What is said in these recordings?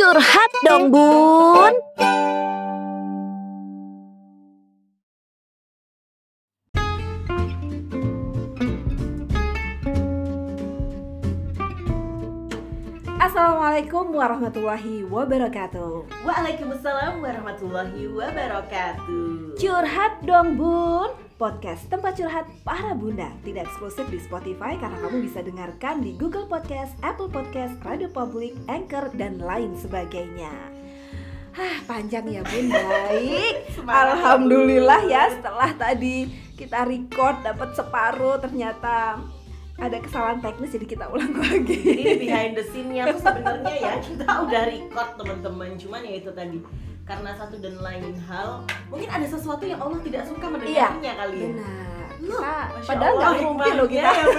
Curhat dong Bun. Assalamualaikum warahmatullahi wabarakatuh. Waalaikumsalam warahmatullahi wabarakatuh. Curhat dong Bun, podcast tempat curhat para bunda. Tidak eksklusif di Spotify karena kamu bisa dengarkan di Google Podcast, Apple Podcast, Radio Public, Anchor, dan lain sebagainya. Panjang ya Bun, baik. Alhamdulillah ya, setelah tadi kita record dapat separuh, ternyata ada kesalahan teknis jadi kita ulang lagi. Jadi behind the scene-nya tuh sebenarnya ya kita udah record teman-teman, cuman ya itu tadi karena satu dan lain hal mungkin ada sesuatu yang Allah tidak suka mendengarnya kali ya. Benar. Masya Padahal nggak mungkin loh kita. Ya,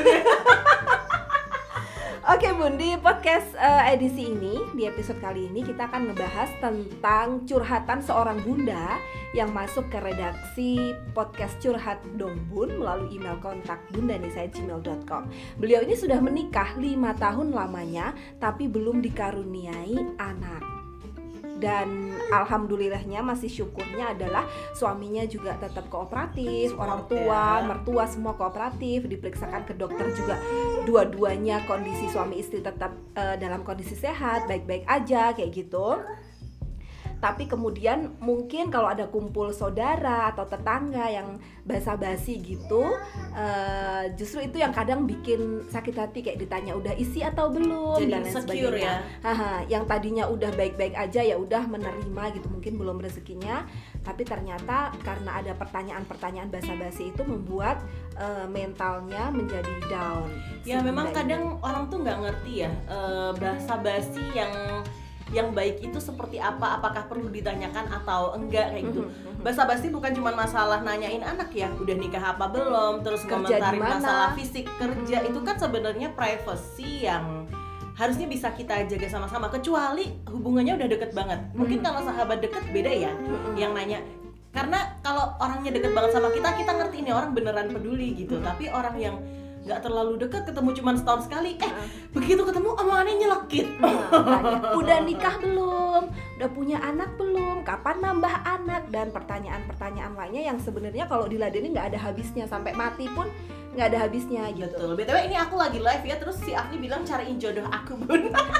Oke Bun, di podcast edisi ini, di episode kali ini kita akan ngebahas tentang curhatan seorang bunda yang masuk ke redaksi podcast Curhat Dong Bun melalui email kontak bundanisa@gmail.com. Beliau ini sudah menikah 5 tahun lamanya tapi belum dikaruniai anak. Dan alhamdulillahnya, masih syukurnya adalah suaminya juga tetap kooperatif, orang tua, mertua semua kooperatif, diperiksakan ke dokter juga, dua-duanya kondisi suami istri tetap dalam kondisi sehat, baik-baik aja kayak gitu. Tapi kemudian mungkin kalau ada kumpul saudara atau tetangga yang basa-basi gitu, justru itu yang kadang bikin sakit hati, kayak ditanya udah isi atau belum, jadi dan lain insecure sebagainya. ya. Yang tadinya udah baik-baik aja ya udah menerima gitu, mungkin belum rezekinya, tapi ternyata karena ada pertanyaan-pertanyaan basa-basi itu membuat mentalnya menjadi down. Ya memang kadang orang tuh nggak ngerti ya basa-basi yang baik itu seperti apa, apakah perlu ditanyakan atau enggak kayak gitu. Basa-basi bukan cuma masalah nanyain anak ya, udah nikah apa belum, terus ngomentarin masalah fisik, kerja, itu kan sebenarnya privacy yang harusnya bisa kita jaga sama-sama, kecuali hubungannya udah deket banget. Mungkin kalau sahabat deket beda ya yang nanya, karena kalau orangnya deket banget sama kita ngerti ini orang beneran peduli gitu. Tapi orang yang nggak terlalu dekat, ketemu cuma setahun sekali, begitu ketemu omongannya nyelekit. Udah nikah belum? Udah punya anak belum? Kapan nambah anak? Dan pertanyaan-pertanyaan lainnya yang sebenarnya kalau diladenin nggak ada habisnya, sampai mati pun nggak ada habisnya gitu. Betul. BTW ini aku lagi live ya, terus si Afni bilang cariin jodoh aku Bun. Gitu.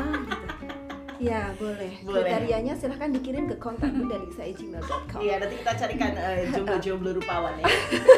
Ya boleh. Kriterianya silahkan dikirim ke kontak bundanisa@gmail.com. Iya, nanti kita carikan jomblo-jomblo rupawan ya.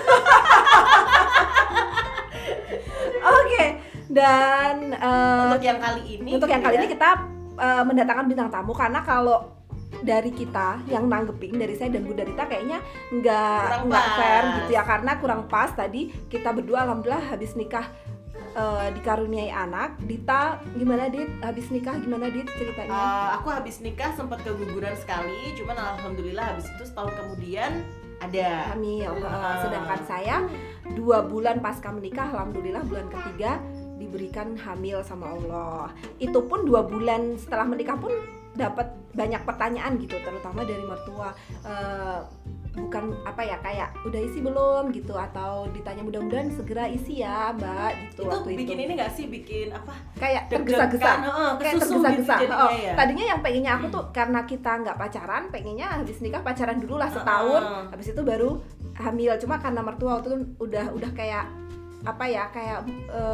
Oke, dan untuk yang kali ini kita mendatangkan bintang tamu, karena kalau dari kita yang nanggepin, dari saya dan Bunda Rita kayaknya nggak fair gitu ya, karena kurang pas. Tadi kita berdua alhamdulillah habis nikah dikaruniai anak. Dita gimana Dit? Habis nikah gimana Dit ceritanya? Aku habis nikah sempat keguguran sekali, cuman alhamdulillah habis itu setahun kemudian ada hamil. Sedangkan saya 2 bulan pasca menikah, alhamdulillah bulan ketiga diberikan hamil sama Allah. Itu pun 2 bulan setelah menikah pun dapat banyak pertanyaan gitu, terutama dari mertua. Bukan apa ya, kayak udah isi belum gitu, atau ditanya mudah-mudahan segera isi ya Mbak gitu. Itu waktu bikin itu ini nggak sih, bikin apa? Kayak tergesa-gesa, kayak tergesa-gesa. Gitu ya. Tadinya yang pengennya aku tuh karena kita nggak pacaran, pengennya habis nikah pacaran dulu lah setahun, habis itu baru hamil. Cuma karena mertua waktu itu udah kayak apa ya, kayak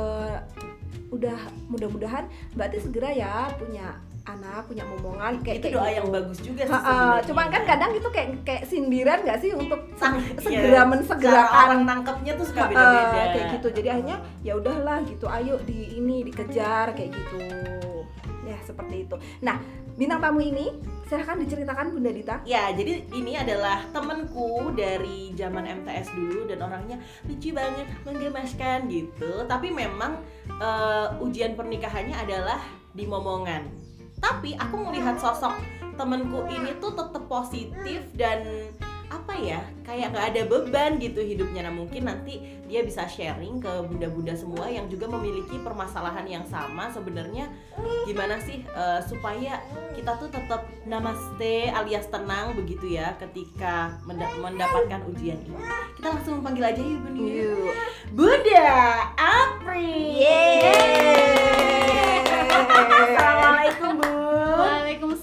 udah mudah-mudahan berarti segera ya punya anak, punya momongan, kayak itu doa gitu. yang bagus juga sih sebenarnya. Cuman kan kadang itu kayak sindiran nggak sih untuk segera mensegerakan. Orang nangkepnya tuh suka beda-beda kayak gitu. Jadi akhirnya ya udahlah gitu, ayo dikejar kayak gitu. Ya seperti itu. Nah, bintang tamu ini silahkan diceritakan Bunda Dita. Ya, jadi ini adalah temanku dari zaman MTS dulu dan orangnya lucu banget, menggemaskan gitu. Tapi memang ujian pernikahannya adalah di momongan. Tapi aku melihat sosok temanku ini tuh tetap positif dan apa ya, kayak gak ada beban gitu hidupnya. Nah mungkin nanti dia bisa sharing ke bunda-bunda semua yang juga memiliki permasalahan yang sama. Sebenarnya gimana sih supaya kita tuh tetap namaste alias tenang begitu ya ketika mendapatkan ujian ini. Kita langsung panggil aja yuk Bunda. Bunda Apri. Yeay. Assalamualaikum Bu. Waalaikumsalam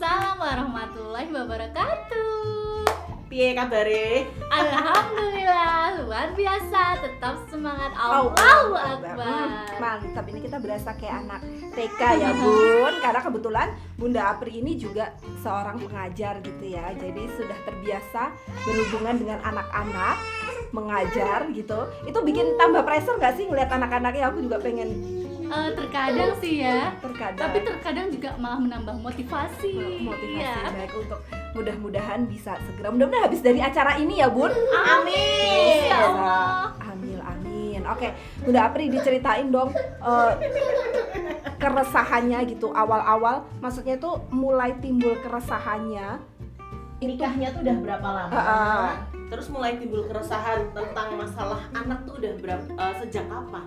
Piye kabare? Alhamdulillah, luar biasa, tetap semangat. Allahu Akbar. Mantap, ini kita berasa kayak anak TK ya Bun. Karena kebetulan Bunda Apri ini juga seorang pengajar gitu ya. Jadi sudah terbiasa berhubungan dengan anak-anak, mengajar gitu. Itu bikin tambah pressure gak sih ngeliat anak-anaknya? Aku juga pengen. Terkadang sih ya. Terkadang. Tapi terkadang juga malah menambah motivasi. Motivasi baik untuk mudah-mudahan bisa segera. Mudah-mudahan habis dari acara ini ya Bun. Amin. Ya Allah. Amin. Oke, Bunda Apri diceritain dong keresahannya gitu awal-awal. Maksudnya tuh mulai timbul keresahannya. Nikahnya tuh udah berapa lama? Terus mulai timbul keresahan tentang masalah anak tuh udah sejak kapan?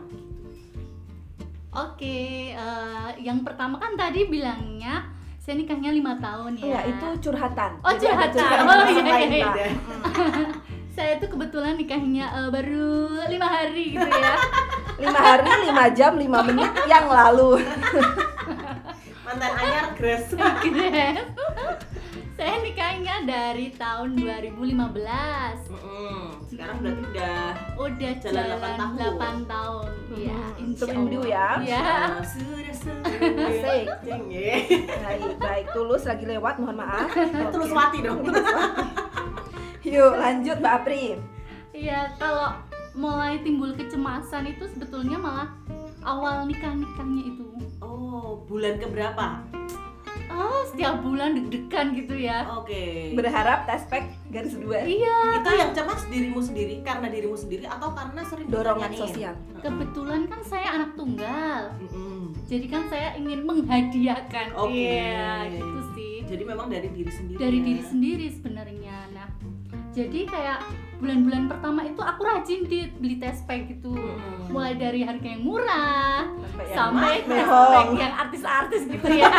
Oke, yang pertama kan tadi bilangnya saya nikahnya 5 tahun ya. Enggak, itu curhatan. Oh, Jadi ada curhatan. curhatan Oh, iya, lain, iya, Mbak. iya. Saya tuh kebetulan nikahnya baru 5 hari gitu ya. 5 hari, 5 jam, 5 menit yang lalu. Mantan anyar gres. Keren. Saya nikahnya dari tahun 2015. Sekarang berarti Udah jalan 8 tahun. Iya, insya Serindu Allah. ya. Iya. Asik. Baik, tulus lagi lewat, mohon maaf. Terus mati dong. Yuk lanjut Mbak Apri. Iya, kalau mulai timbul kecemasan itu sebetulnya malah awal nikahnya itu. Oh, bulan keberapa? Setiap bulan deg-degan gitu ya. Oke. Berharap tespek garis 2. Iya. Itu yang cemas dirimu sendiri karena dirimu sendiri atau karena sering Dorongan ditanyain? sosial. Kebetulan kan saya anak tunggal. Mm-mm. Jadi kan saya ingin menghadiahkan. Oke. Iya, gitu sih. Jadi memang dari diri sendiri. Dari ya? diri sendiri sebenarnya. Nah, jadi kayak bulan-bulan pertama itu aku rajin beli test pack gitu. Mulai dari harga yang murah sampai test mehong. pack yang artis-artis gitu ya.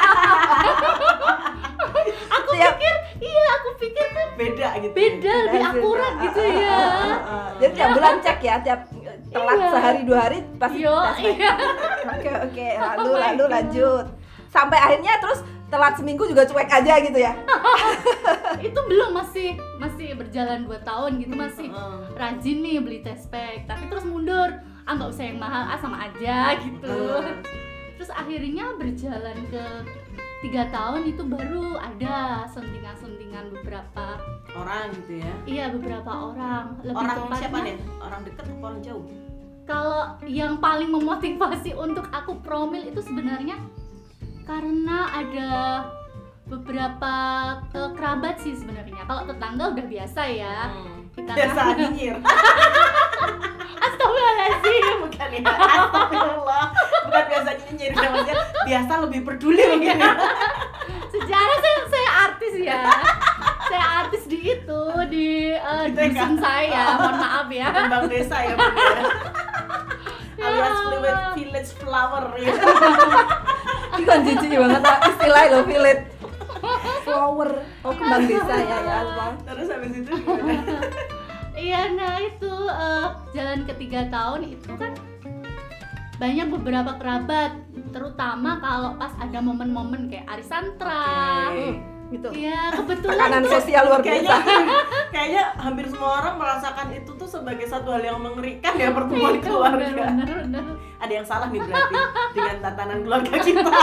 Aku pikir kan Beda gitu. beda, lebih akurat gitu ya. Jadi tiap bulan cek ya, tiap telat Iya. sehari 2 hari pasti Yo, tespek. iya. Oke, Oh my lalu God. lanjut. Sampai akhirnya terus telat seminggu juga cuek aja gitu ya. Itu belum, masih berjalan 2 tahun gitu, masih rajin nih beli test pack, tapi terus mundur, nggak usah yang mahal, sama aja gitu. Terus akhirnya berjalan ke 3 tahun itu baru ada suntingan beberapa Orang gitu ya. Iya, beberapa orang. Lebih Orang tepatnya, siapa nih? Orang dekat atau orang jauh? kalau yang paling memotivasi untuk aku promil itu sebenarnya karena ada beberapa kerabat sih sebenarnya. Kalau tetangga udah biasa ya. Kita Biasa kan- nyinyir. Astagfirullahaladzim. Bukan ya. Astagfirullah. Bukan biasa nyinyir namanya. Biasa lebih peduli mungkin ya. Sejarah saya artis ya. Saya artis di itu di dusun saya. Mohon maaf ya. Kembang desa ya Bun ya. Alias village flower ya. Ini kan jijik banget istilah lo village flower. Oh, kembang desa ya Bang. Terus habis itu gimana? Iya, nah itu jalan ke 3 tahun itu kan banyak beberapa kerabat, terutama kalau pas ada momen-momen kayak arisan tra. Gitu. Iya, kebetulan Tekanan tuh sosial luar biasa. Kayaknya hampir semua orang merasakan itu tuh sebagai satu hal yang mengerikan ya, pertemuan keluarga. bener. Ada yang salah nih berarti dengan tatanan keluarga kita.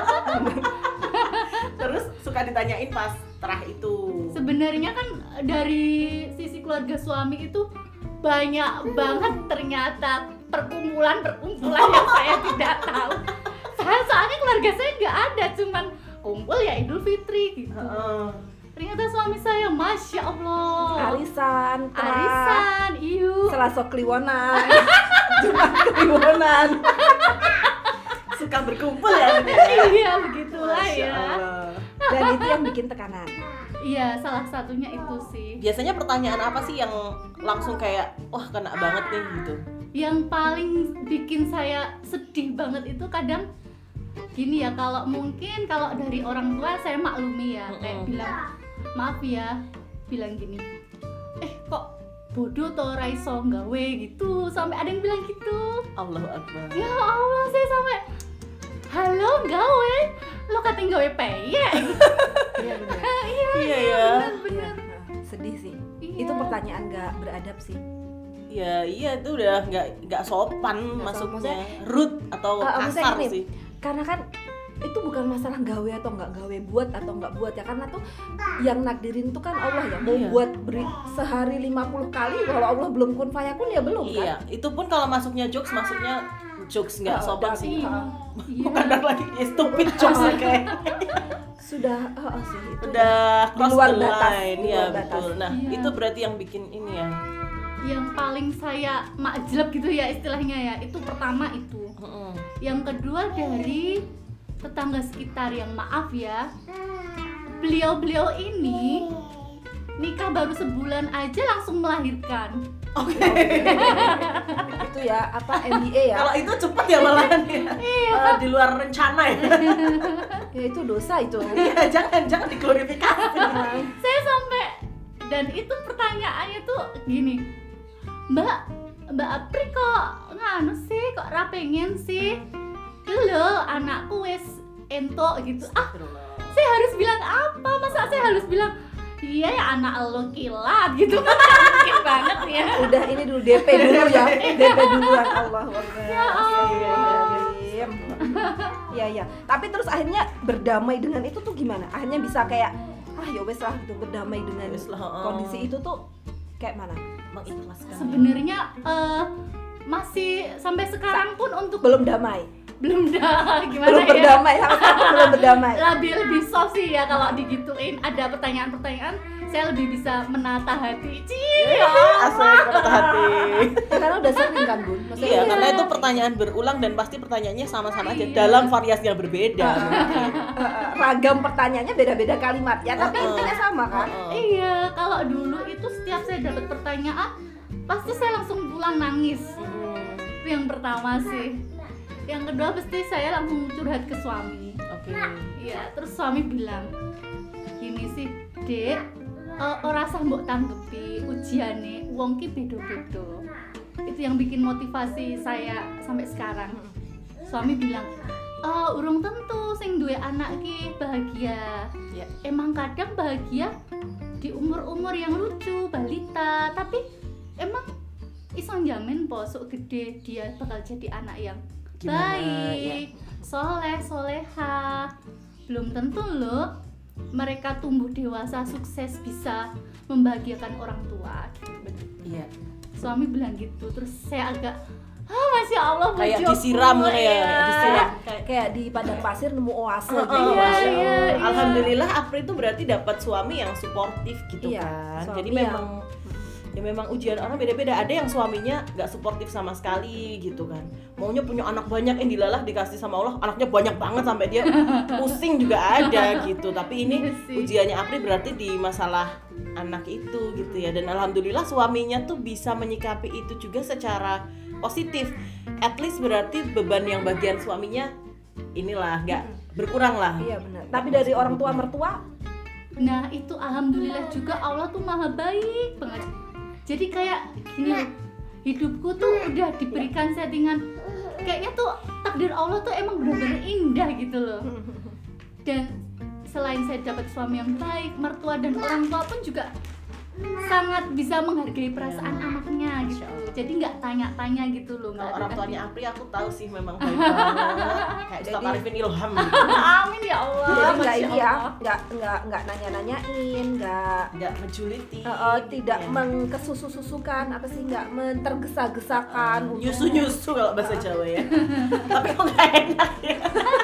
Terus suka ditanyain pas terah itu. Sebenarnya kan dari sisi keluarga suami itu banyak banget ternyata perkumpulan yang saya tidak tahu. Soalnya keluarga saya nggak ada, cuman kumpul ya Idul Fitri gitu. Ternyata suami saya, Masya Allah, Arisan, Selasa Kliwonan, Jumat Kliwonan. Suka berkumpul ya. Iya, begitulah Masya ya. Allah. Dan itu yang bikin tekanan. Iya, salah satunya itu sih. Biasanya pertanyaan apa sih yang langsung kayak wah kena banget nih gitu? Yang paling bikin saya sedih banget itu kadang gini ya, kalau mungkin kalau dari orang tua saya maklumi ya, kayak bilang maaf ya, bilang gini, kok bodoh toh raiso gawe gitu, sampai ada yang bilang gitu. Allahu Akbar. Ya Allah, saya sampai halo gawe, lo kating gawe peye. Iya benar. Iya ya. Bener. Sedih sedih sih. Iya. Itu pertanyaan nggak beradab sih. Ya iya itu udah nggak sopan Nggak sopan, masuknya, rude atau maksudnya kasar gini, sih. Karena kan itu bukan masalah gawe atau nggak gawe, buat atau nggak buat ya, karena tuh yang nakdirin tuh kan Allah ya. Mau Iya. buat beri sehari 50 kali, kalau Allah belum kun fayakun ya belum Iya, kan. itu pun kalau masuknya jokes nggak sopan sih. Iya. Iya. Bukan dark lagi, ya stupid jokes ya kayak. Sudah sih itu Udah di cross luar the batas, line, di ya luar batas. betul. Nah Iya. itu berarti yang bikin ini ya. Yang paling saya makjleb gitu ya istilahnya ya, itu pertama itu. Yang kedua dari tetangga sekitar yang maaf ya, beliau ini nikah baru sebulan aja langsung melahirkan. Itu ya apa MBA ya. Kalau itu cepet ya malahan ya. Di luar rencana ya. Ya itu dosa itu. Iya, jangan diglorifikasi. Saya sampai, dan itu pertanyaannya tuh gini, Mbak Apri kok nganu sih, kok ra pengen sih? Lho, anakku wes entok gitu. Saya harus bilang apa? Masa saya harus bilang iya ya anak lo kilat gitu? Mungkin banget ya. Udah ini dulu DP dulu ya. DP duluan. Allahu Akbar. Ya Allah. Iya. Tapi terus akhirnya berdamai dengan itu tuh gimana? Akhirnya bisa kayak ya wes lah gitu, berdamai dengan Wes lah, kondisi itu tuh kayak mana? Mengikhlaskan. Sebenarnya masih sampai sekarang pun untuk Belum damai. belum gimana Belum ya? berdamai sampai sekarang belum berdamai. Lebih soft sih ya kalau digituin, ada pertanyaan-pertanyaan saya lebih bisa menata hati. Asal kata hati. Karena udah sering kan, Bun. Maksudnya Iya, udah karena sering. itu pertanyaan berulang dan pasti pertanyaannya sama-sama aja Iya. dalam variasi yang berbeda. Ragam pertanyaannya beda-beda kalimat ya, tapi intinya sama kan? Iya, kalau dulu itu setiap saya dapat pertanyaan pasti saya langsung pulang nangis. Itu yang pertama sih. Yang kedua pasti saya langsung curhat ke suami. Oke. Iya, terus suami bilang gini sih, Dek, ora usah mbok tanggepi ujiane, wong ki beda-beda. Itu yang bikin motivasi saya sampai sekarang. Suami bilang, urung tentu sing duwe anak ki bahagia. Ya. Emang kadang bahagia di umur-umur yang lucu, balita, tapi emang iso njamin po sok gede dia bakal jadi anak yang Gimana, baik, soleh, soleha. Belum tentu loh mereka tumbuh dewasa sukses bisa membahagiakan orang tua. Iya. Suami bilang gitu, terus saya agak Masya Allah, Kayak bojoku, disiram kan ya, iya. disiram. Kayak di padang pasir nemu oase gitu. Iya, Masya iya, Allah. iya. Alhamdulillah Apri itu berarti dapat suami yang suportif gitu Iya, kan. suami Jadi yang- memang ujian orang beda-beda. Ada yang suaminya nggak suportif sama sekali gitu kan. Maunya punya anak banyak, yang dilalah dikasih sama Allah anaknya banyak banget sampai dia pusing juga ada gitu. Tapi ini Iya sih. ujiannya Apri berarti di masalah anak itu gitu ya. Dan alhamdulillah suaminya tuh bisa menyikapi itu juga secara positif. At least berarti beban yang bagian suaminya inilah nggak berkurang lah. Iya benar. Tapi dari orang tua mertua Nah itu alhamdulillah juga Allah tuh maha baik banget. Jadi kayak gini loh, hidupku tuh udah diberikan settingan, kayaknya tuh takdir Allah tuh emang benar-benar indah gitu loh. Dan selain saya dapat suami yang baik, mertua dan orang tua pun juga sangat bisa menghargai perasaan anaknya gitu. Jadi nggak tanya-tanya gitu loh. Kalau nggak orang ada tuanya Apri aku tahu sih memang baik banget. Kayak Ustaz Arifin Ilham gitu. Amin ya Allah. jadi nggak Masya ini ya, Allah. nggak nanya-nanyain, nggak Nggak menjuliti. tidak ya. mengkesusu-susukan, apa sih, nggak mentergesa-gesakan, untuk- Nyusu-nyusu kalau bahasa Jawa ya. Tapi kok nggak enak ya.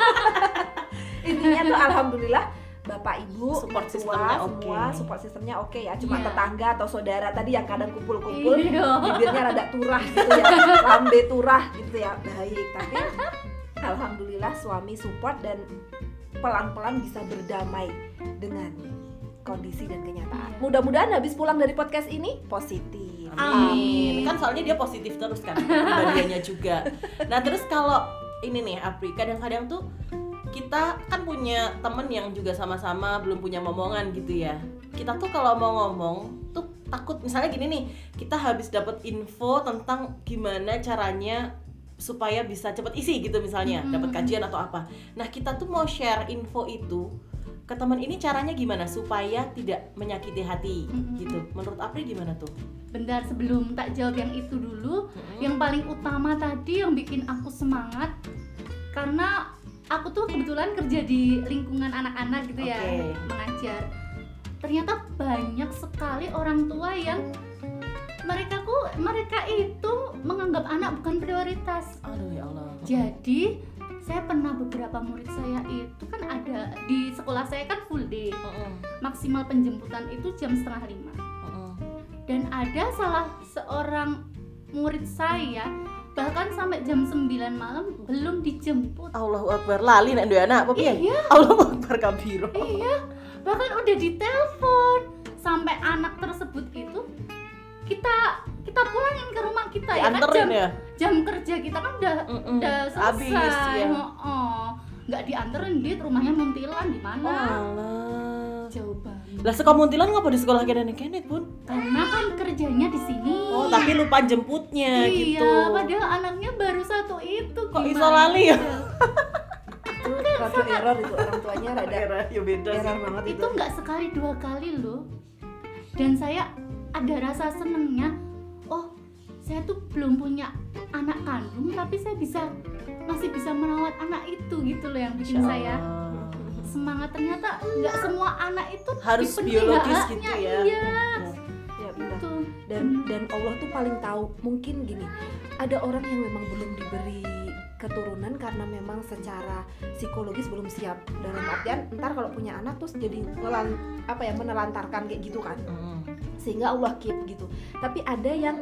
Intinya tuh alhamdulillah bapak ibu Support mertua, sistemnya semua oke. support sistemnya oke ya. Cuma Iya. tetangga atau saudara tadi yang kadang kumpul-kumpul Iya. bibirnya rada turah gitu ya, lambe turah gitu ya, baik. Tapi alhamdulillah suami support dan pelan-pelan bisa berdamai dengan kondisi dan kenyataan. Mudah-mudahan habis pulang dari podcast ini positif. Amin. Kan soalnya dia positif terus kan kepribadiannya juga. Nah terus kalau ini nih Apri, kadang-kadang tuh kita kan punya temen yang juga sama-sama belum punya momongan gitu ya. Kita tuh kalau mau ngomong tuh takut, misalnya gini nih, kita habis dapat info tentang gimana caranya supaya bisa cepet isi gitu misalnya, dapat kajian atau apa. Nah kita tuh mau share info itu ke teman ini caranya gimana supaya tidak menyakiti hati gitu. Menurut Apri gimana tuh? Bentar, sebelum tak jawab yang itu dulu, yang paling utama tadi yang bikin aku semangat karena aku tuh kebetulan kerja di lingkungan anak-anak gitu ya, mengajar. Ternyata banyak sekali orang tua yang mereka itu menganggap anak bukan prioritas. Aduh ya Allah. Jadi saya pernah beberapa murid saya itu kan ada di sekolah saya kan full day, maksimal penjemputan itu jam 4:30. Dan ada salah seorang murid saya bahkan sampai jam 9 malam belum dijemput. Allahu Akbar, lali nek duwe anak apa piye? Iya. Allahu Akbar kabiro. Iya, bahkan udah ditelepon sampai anak tersebut itu kita pulangin ke rumah kita ya kan jam kerja kita kan udah selesai. Habis, ya. Nggak dianterin di rumahnya Muntilan di mana? Jauh banget. Lah sekolah Muntilan ngapa di sekolah kene-kene, Bun? Karena kan kerjanya di sini. Oh, tapi lupa jemputnya gitu. Iya, padahal anaknya baru satu itu. Kok iso lali ya? Itu rada error itu, orang tuanya rada Error, ya beda sih. error banget Itu nggak sekali dua kali loh. Dan saya ada rasa senengnya. Oh, saya tuh belum punya anak kandung, tapi saya masih bisa merawat anak itu gitu loh yang bikin saya semangat. Ternyata nggak semua anak itu harus dipenuhi biologis haknya. gitu ya. Iya. ya benar. Gitu. Dan Allah tuh paling tahu. Mungkin gini, ada orang yang memang belum diberi keturunan karena memang secara psikologis belum siap, dalam artian ntar kalau punya anak terus jadi menelantarkan kayak gitu kan, sehingga Allah keep gitu. Tapi ada yang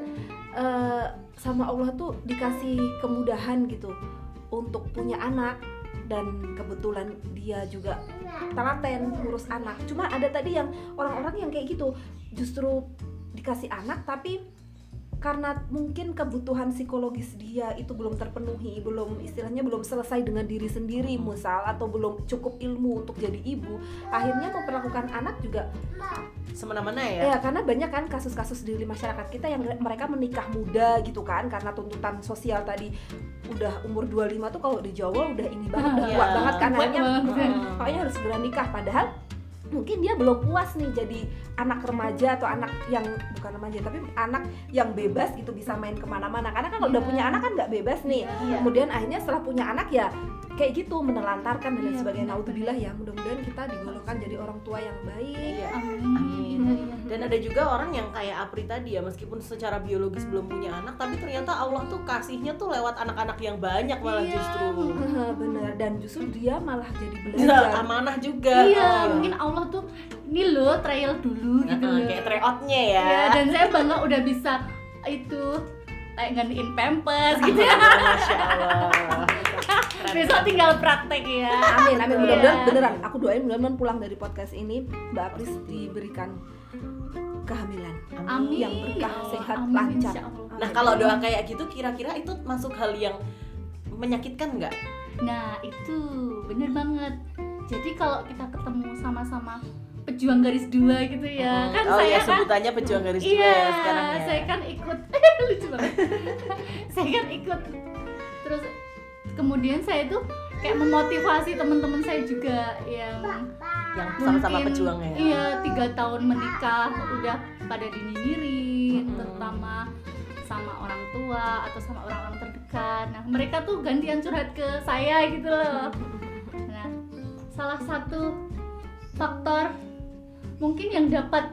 sama Allah tuh dikasih kemudahan gitu untuk punya anak, dan kebetulan dia juga telaten ngurus anak. Cuma ada tadi yang orang-orang yang kayak gitu justru dikasih anak tapi karena mungkin kebutuhan psikologis dia itu belum terpenuhi, belum selesai dengan diri sendiri misal, atau belum cukup ilmu untuk jadi ibu, akhirnya memperlakukan anak juga semena-mena ya. Ya, karena banyak kan kasus-kasus di masyarakat kita yang mereka menikah muda gitu kan, karena tuntutan sosial tadi. Udah umur 25 tuh kalau di Jawa udah ini banget, udah tua banget kan, makanya harus segera nikah, padahal mungkin dia belum puas nih jadi anak remaja atau anak yang bukan remaja tapi anak yang bebas gitu, bisa main kemana-mana. Karena kan kalau udah punya anak kan nggak bebas nih. Kemudian akhirnya setelah punya anak ya kayak gitu, menelantarkan dan lain sebagainya. Naudzubillah ya, mudah-mudahan kita digolongkan jadi orang tua yang baik. Amin. Dan ada juga orang yang kayak Apri tadi ya, meskipun secara biologis belum punya anak, tapi ternyata Allah tuh kasihnya tuh lewat anak-anak yang banyak malah justru. Bener, dan justru dia malah jadi belajar. Amanah juga. Iya, mungkin Allah tuh ini loh trial dulu gitu loh. Kayak tryoutnya ya. Iya, dan saya bangga udah bisa itu kayak gantiin pampers gitu ya. Masya Allah. Besok tinggal praktek ya. Amin, mudah-mudahan beneran. Aku doain mudah-mudahan pulang dari podcast ini Mbak Apris diberikan kehamilan Amin. yang berkah, sehat, Amin, lancar. insyaallah. Nah kalau doa kayak gitu kira-kira itu masuk hal yang menyakitkan nggak? Nah itu bener banget. Jadi kalau kita ketemu sama-sama pejuang garis 2 gitu ya, kan oh saya ya, kan sebutannya pejuang garis 2 iya, ya sekarang ya. saya kan ikut lucu banget. Saya kan ikut, terus kemudian saya tuh kayak memotivasi teman-teman saya juga yang sama-sama mungkin, pejuang ya. Iya, 3 tahun menikah udah pada dini-dini, terutama sama orang tua atau sama orang-orang terdekat. Nah, mereka tuh gantian curhat ke saya gitu loh. Nah, salah satu faktor mungkin yang dapat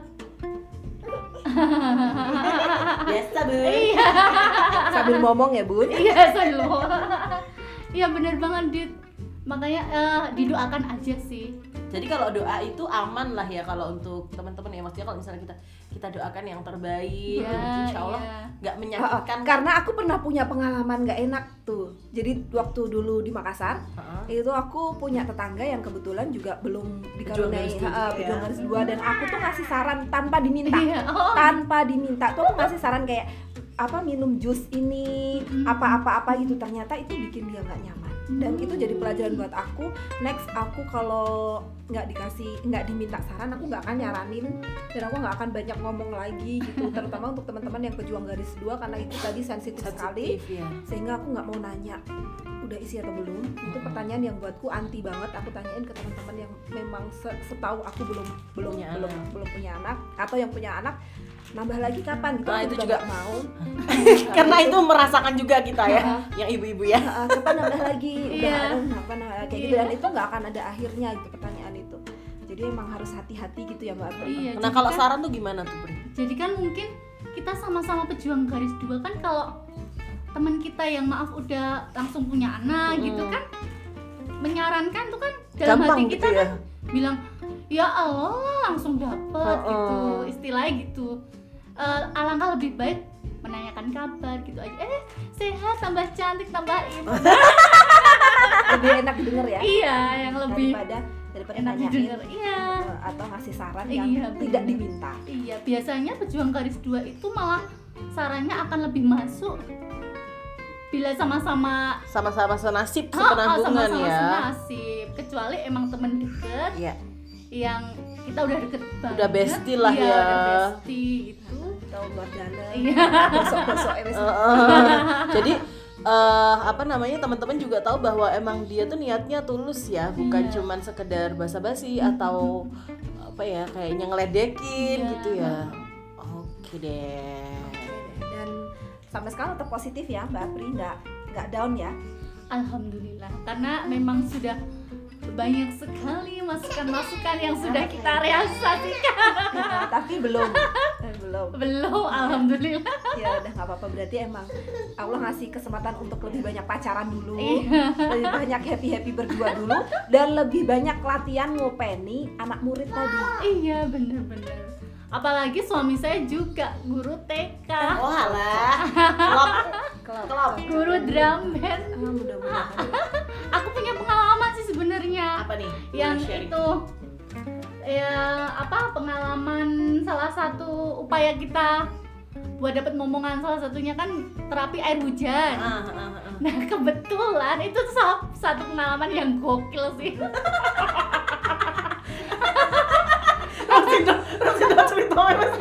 biasa Bu. iya, Sambil ngomong ya Bun. iya sambil iya bener banget Dit. Makanya didoakan aja sih. Jadi kalau doa itu aman lah ya kalau untuk teman-teman ya, maksudnya kalau misalnya kita doakan yang terbaik, insya Allah nggak menyakitkan. Karena aku pernah punya pengalaman nggak enak tuh. Jadi waktu dulu di Makassar, itu aku punya tetangga yang kebetulan juga belum dikaruniai pejuang garis 2, dan aku tuh ngasih saran tanpa diminta. Tanpa diminta tuh aku ngasih saran kayak minum jus ini apa gitu, ternyata itu bikin dia nggak nyaman. Dan itu jadi pelajaran buat aku. Next aku kalau nggak diminta saran, aku nggak akan nyaranin dan aku nggak akan banyak ngomong lagi gitu. Terutama untuk teman-teman yang pejuang garis 2 karena itu tadi sensitif sekali ya. sehingga aku nggak mau nanya udah isi atau belum. Itu pertanyaan yang buatku anti banget. Aku tanyain ke teman-teman yang memang setahu aku belum punya anak atau yang punya anak, nambah lagi kapan gitu. Nah, aku itu juga mau karena itu merasakan juga kita ya, yang ibu-ibu ya. kapan nambah lagi, Iya. kapan kayak gitu, dan itu nggak akan ada akhirnya gitu pertanyaan itu. Jadi emang harus hati-hati gitu ya Mbak Apri. Iya, Nah jadi kalau kan- saran tuh gimana tuh Pri? Jadi kan mungkin kita sama-sama pejuang garis 2 kan, kalau teman kita yang maaf udah langsung punya anak gitu kan, menyarankan tuh kan dalam Gampang hati kita gitu ya. kan bilang ya Allah langsung dapet gitu, istilahnya gitu. Alangkah lebih baik menanyakan kabar gitu aja, sehat, tambah cantik, tambah imut. Lebih enak didengar ya. Iya, yang lebih daripada enak nanyain didengar. Iya. atau ngasih saran yang Iya, tidak bener. diminta. Iya, biasanya pejuang garis 2 itu malah sarannya akan lebih masuk bila sama-sama senasib sama-sama sepenanggungan ya. senasib, kecuali emang temen deket Iya. yang kita udah deket banget, Udah bestie lah iya, ya. udah bestie gitu. Tahu luar dalam. Iya. Gosok-gosok Jadi teman-teman juga tahu bahwa emang dia tuh niatnya tulus ya, bukan Iya. cuman sekedar basa-basi atau kayaknya ngeledekin Iya. gitu ya. Oke deh. Dan sampai sekarang tetap positif ya Mbak Apri, nggak down ya. Alhamdulillah, karena memang sudah banyak sekali masukan-masukan yang sudah kita realisasikan. Tapi belum. Belum, alhamdulillah. Ya udah nggak apa-apa, berarti emang Allah ngasih kesempatan untuk lebih banyak pacaran dulu, Iya. lebih banyak happy berdua dulu, dan lebih banyak latihan ngopeni anak murid tadi. Iya, bener-bener. Apalagi suami saya juga guru TK, Oh alah. Kelop. guru drum band. Mudah-mudahan. Aku punya pengalaman sih sebenarnya. Apa nih? Yang Sharing. itu pengalaman salah satu upaya kita buat dapat momongan, salah satunya kan terapi air hujan. Nah kebetulan itu satu pengalaman yang gokil sih. Sudah cerita Mas.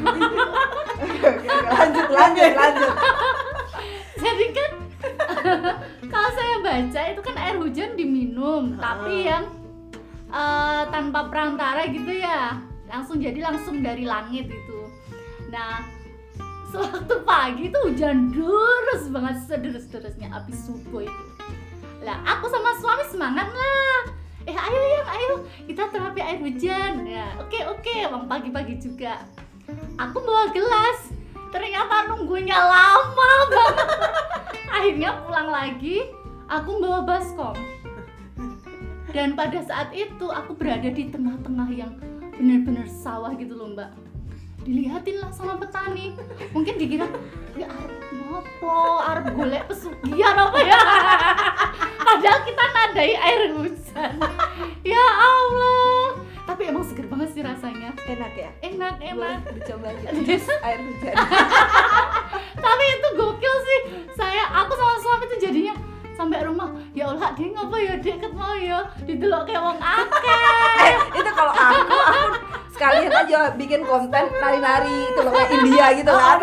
Lanjut. Jadi kan kalau saya baca itu kan air hujan diminum, tapi yang tanpa perantara gitu ya, langsung dari langit itu. Nah sewaktu pagi itu hujan deras banget, sederus-derusnya abis subuh itu. Lah aku sama suami semangat lah, ayo kita terapi air hujan ya. Oke, bang, pagi-pagi juga aku bawa gelas, ternyata nunggunya lama banget. Akhirnya pulang lagi, aku bawa baskom. Dan pada saat itu aku berada di tengah-tengah yang benar-benar sawah gitu loh mbak. Dilihatin lah sama petani, mungkin dikira ya arep golek pesugihan apa ya. Padahal kita nadai air hujan. Ya Allah, tapi emang seger banget sih rasanya. Enak ya. Enak. Boleh dicoba gitu. Air hujan. Tapi itu gokil sih. Aku sama suami tuh jadinya sampai rumah, ya Allah dia ngapa ya deket mau ya didelok kayak wong akeh. Itu kalau aku sekalian aja bikin konten nari-nari itu loh kayak India gitu kan.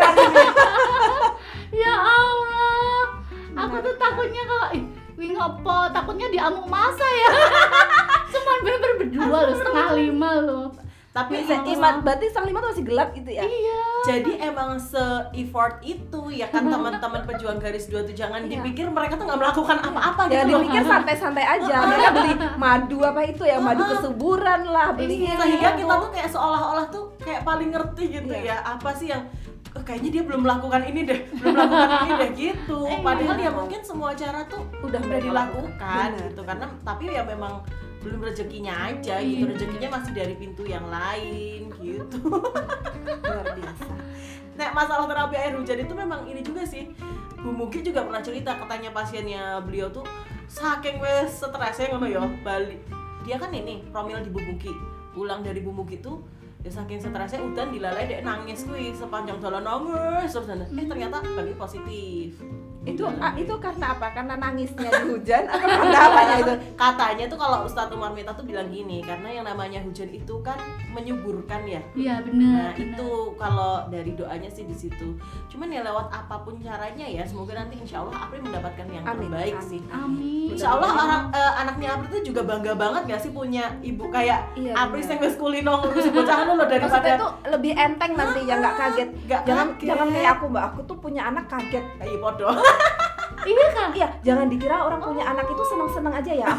Ya Allah, aku tuh takutnya kalau wih ngopo, takutnya diamuk masa ya. Cuman bener-bener berdua loh, 4:30 loh. Tapi Berarti setengah 5 tuh masih gelap gitu ya. Iya. jadi emang se-effort itu ya kan teman-teman pejuang garis 2 tuh jangan Iya. dipikir mereka tuh nggak melakukan apa-apa Ya gitu loh. dipikir santai-santai aja. Mereka beli madu apa itu ya, madu kesuburan lah, beli Iya. Sehingga kita tuh kayak seolah-olah tuh kayak paling ngerti gitu Iya. ya apa sih yang kayaknya dia belum melakukan ini deh gitu. Padahal ya mungkin semua cara tuh Udah udah mereka dilakukan lakukan. gitu karena tapi ya memang belum rezekinya aja gitu, Iya. rezekinya masih dari pintu yang lain gitu. luar biasa. Nah masalah terapi air hujan itu memang ini juga sih. Bu Mugi juga pernah cerita katanya pasiennya beliau tuh saking wes stresnya ngono ya balik. Dia kan ini promil di Bu Mugi. Pulang dari Bu Mugi tuh Ya saking stresnya udan dilalai dek nangis kuwi sepanjang jalan nangis terus ternyata balik positif. Itu karena apa? Karena nangisnya di hujan atau karena apanya itu? Katanya tuh kalau Ustadz Umar Mita tuh bilang gini, karena yang namanya hujan itu kan menyuburkan ya. Iya benar. Nah itu kalau dari doanya sih di situ. Cuman ya lewat apapun caranya ya, semoga nanti insya Allah Apri mendapatkan yang terbaik sih. Amin. Insya Allah anaknya Apri tuh juga bangga banget gak sih punya ibu kayak Apri yang wis kulino ngurus bocah loh daripada. Maksudnya tuh lebih enteng nanti ya, nggak kaget. Jangan kayak aku Mbak, aku tuh punya anak kaget. Kayak podo. Iya kan? Iya, jangan dikira orang punya anak itu seneng-seneng aja ya.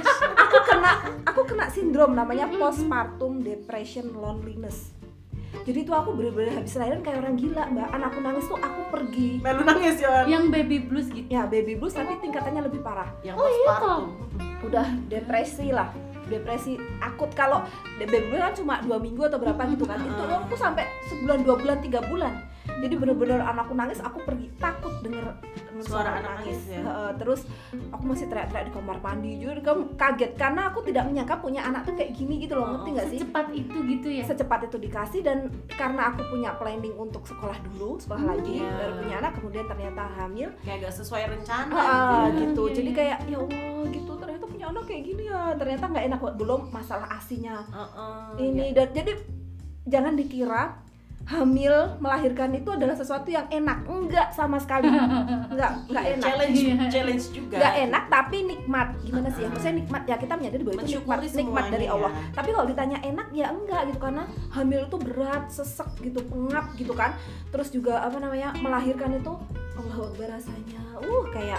Aku kena sindrom namanya postpartum depression loneliness. Jadi tuh aku bener-bener habis lahiran kayak orang gila Mbak. Anakku nangis tuh aku pergi. Melu nangis ya. Yang baby blues gitu. Ya baby blues tapi tingkatannya lebih parah. Yang postpartum. Udah depresi lah. Depresi akut. Kalau baby blues kan cuma 2 minggu atau berapa gitu kan. Itu aku sampai sebulan, 2 bulan, 3 bulan. Jadi bener-bener anakku nangis, aku pergi takut denger suara anak nangis ya. Terus aku masih teriak-teriak di kamar mandi juga, kaget karena aku tidak menyangka punya anak tuh kayak gini gitu loh, ngerti nggak sih? Secepat itu gitu ya? Secepat itu dikasih, dan karena aku punya planning untuk sekolah dulu, lagi, baru punya anak, kemudian ternyata hamil. Kayak gak sesuai rencana gitu. Jadi kayak ya Allah gitu, ternyata punya anak kayak gini ya, ternyata nggak enak. Belum masalah ASI-nya ini, dan jadi jangan dikira hamil melahirkan itu adalah sesuatu yang enak, enggak sama sekali, enggak enak. Challenge juga. Enggak enak tapi nikmat. Gimana sih ya? Maksudnya nikmat ya, kita menyadari bahwa itu nikmat dari Allah. Tapi kalau ditanya enak ya enggak gitu, karena hamil itu berat, sesek gitu, pengap gitu kan. Terus juga melahirkan itu Allahu Akbar rasanya. Kayak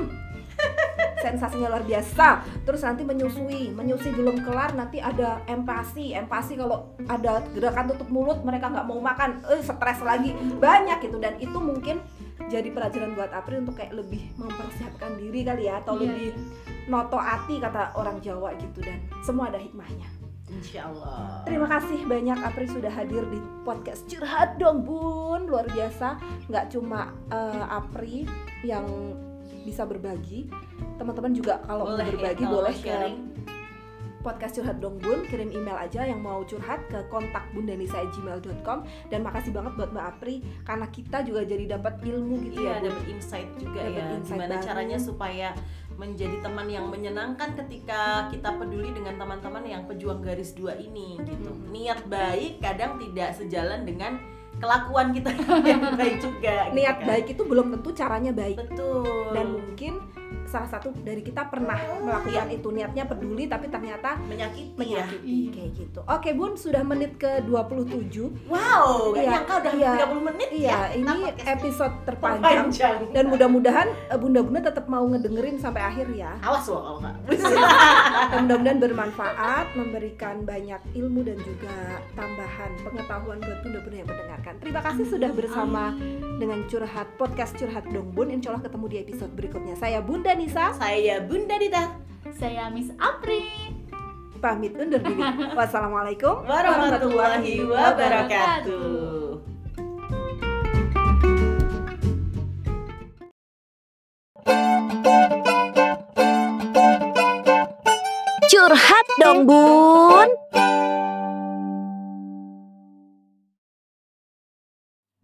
sensasinya luar biasa. Terus nanti menyusui belum kelar, nanti ada empasi kalau ada gerakan tutup mulut mereka nggak mau makan, stres lagi banyak gitu. Dan itu mungkin jadi pelajaran buat Apri untuk kayak lebih mempersiapkan diri kali ya, atau lebih noto ati kata orang Jawa gitu. Dan semua ada hikmahnya. Insyaallah. Terima kasih banyak Apri sudah hadir di podcast Curhat Dong Bun, luar biasa. Nggak cuma Apri yang bisa berbagi, teman-teman juga kalau mau berbagi boleh sharing podcast Curhat Dong Bun, kirim email aja yang mau curhat ke kontak.bundanisa@gmail.com. Dan makasih banget buat Mbak Apri karena kita juga jadi dapat ilmu gitu ya, dapat insight juga ya, gimana caranya supaya menjadi teman yang menyenangkan ketika kita peduli dengan teman-teman yang pejuang garis 2 ini gitu. Niat baik kadang tidak sejalan dengan kelakuan kita yang baik juga. Niat baik itu belum tentu caranya baik. Betul. Dan mungkin salah satu dari kita pernah melakukan itu, niatnya peduli tapi ternyata menyakiti kayak gitu. Oke Bun, sudah menit ke 27. Wow, gak nyangka udah 30 menit ya. Ini episode terpanjang. Dan mudah-mudahan bunda-bunda tetap mau ngedengerin sampai akhir ya. Awas loh kalau enggak. Dan mudah-mudahan bermanfaat, memberikan banyak ilmu dan juga tambahan pengetahuan buat bunda-bunda yang mendengarkan. Terima kasih sudah bersama dengan podcast Curhat Dong Bun. Insya Allah ketemu di episode berikutnya. Saya Bunda Nisa. Saya Bunda Dita. Saya Miss Apri. Pamit undur diri. Wassalamualaikum warahmatullahi wabarakatuh. Curhat Dong Bun.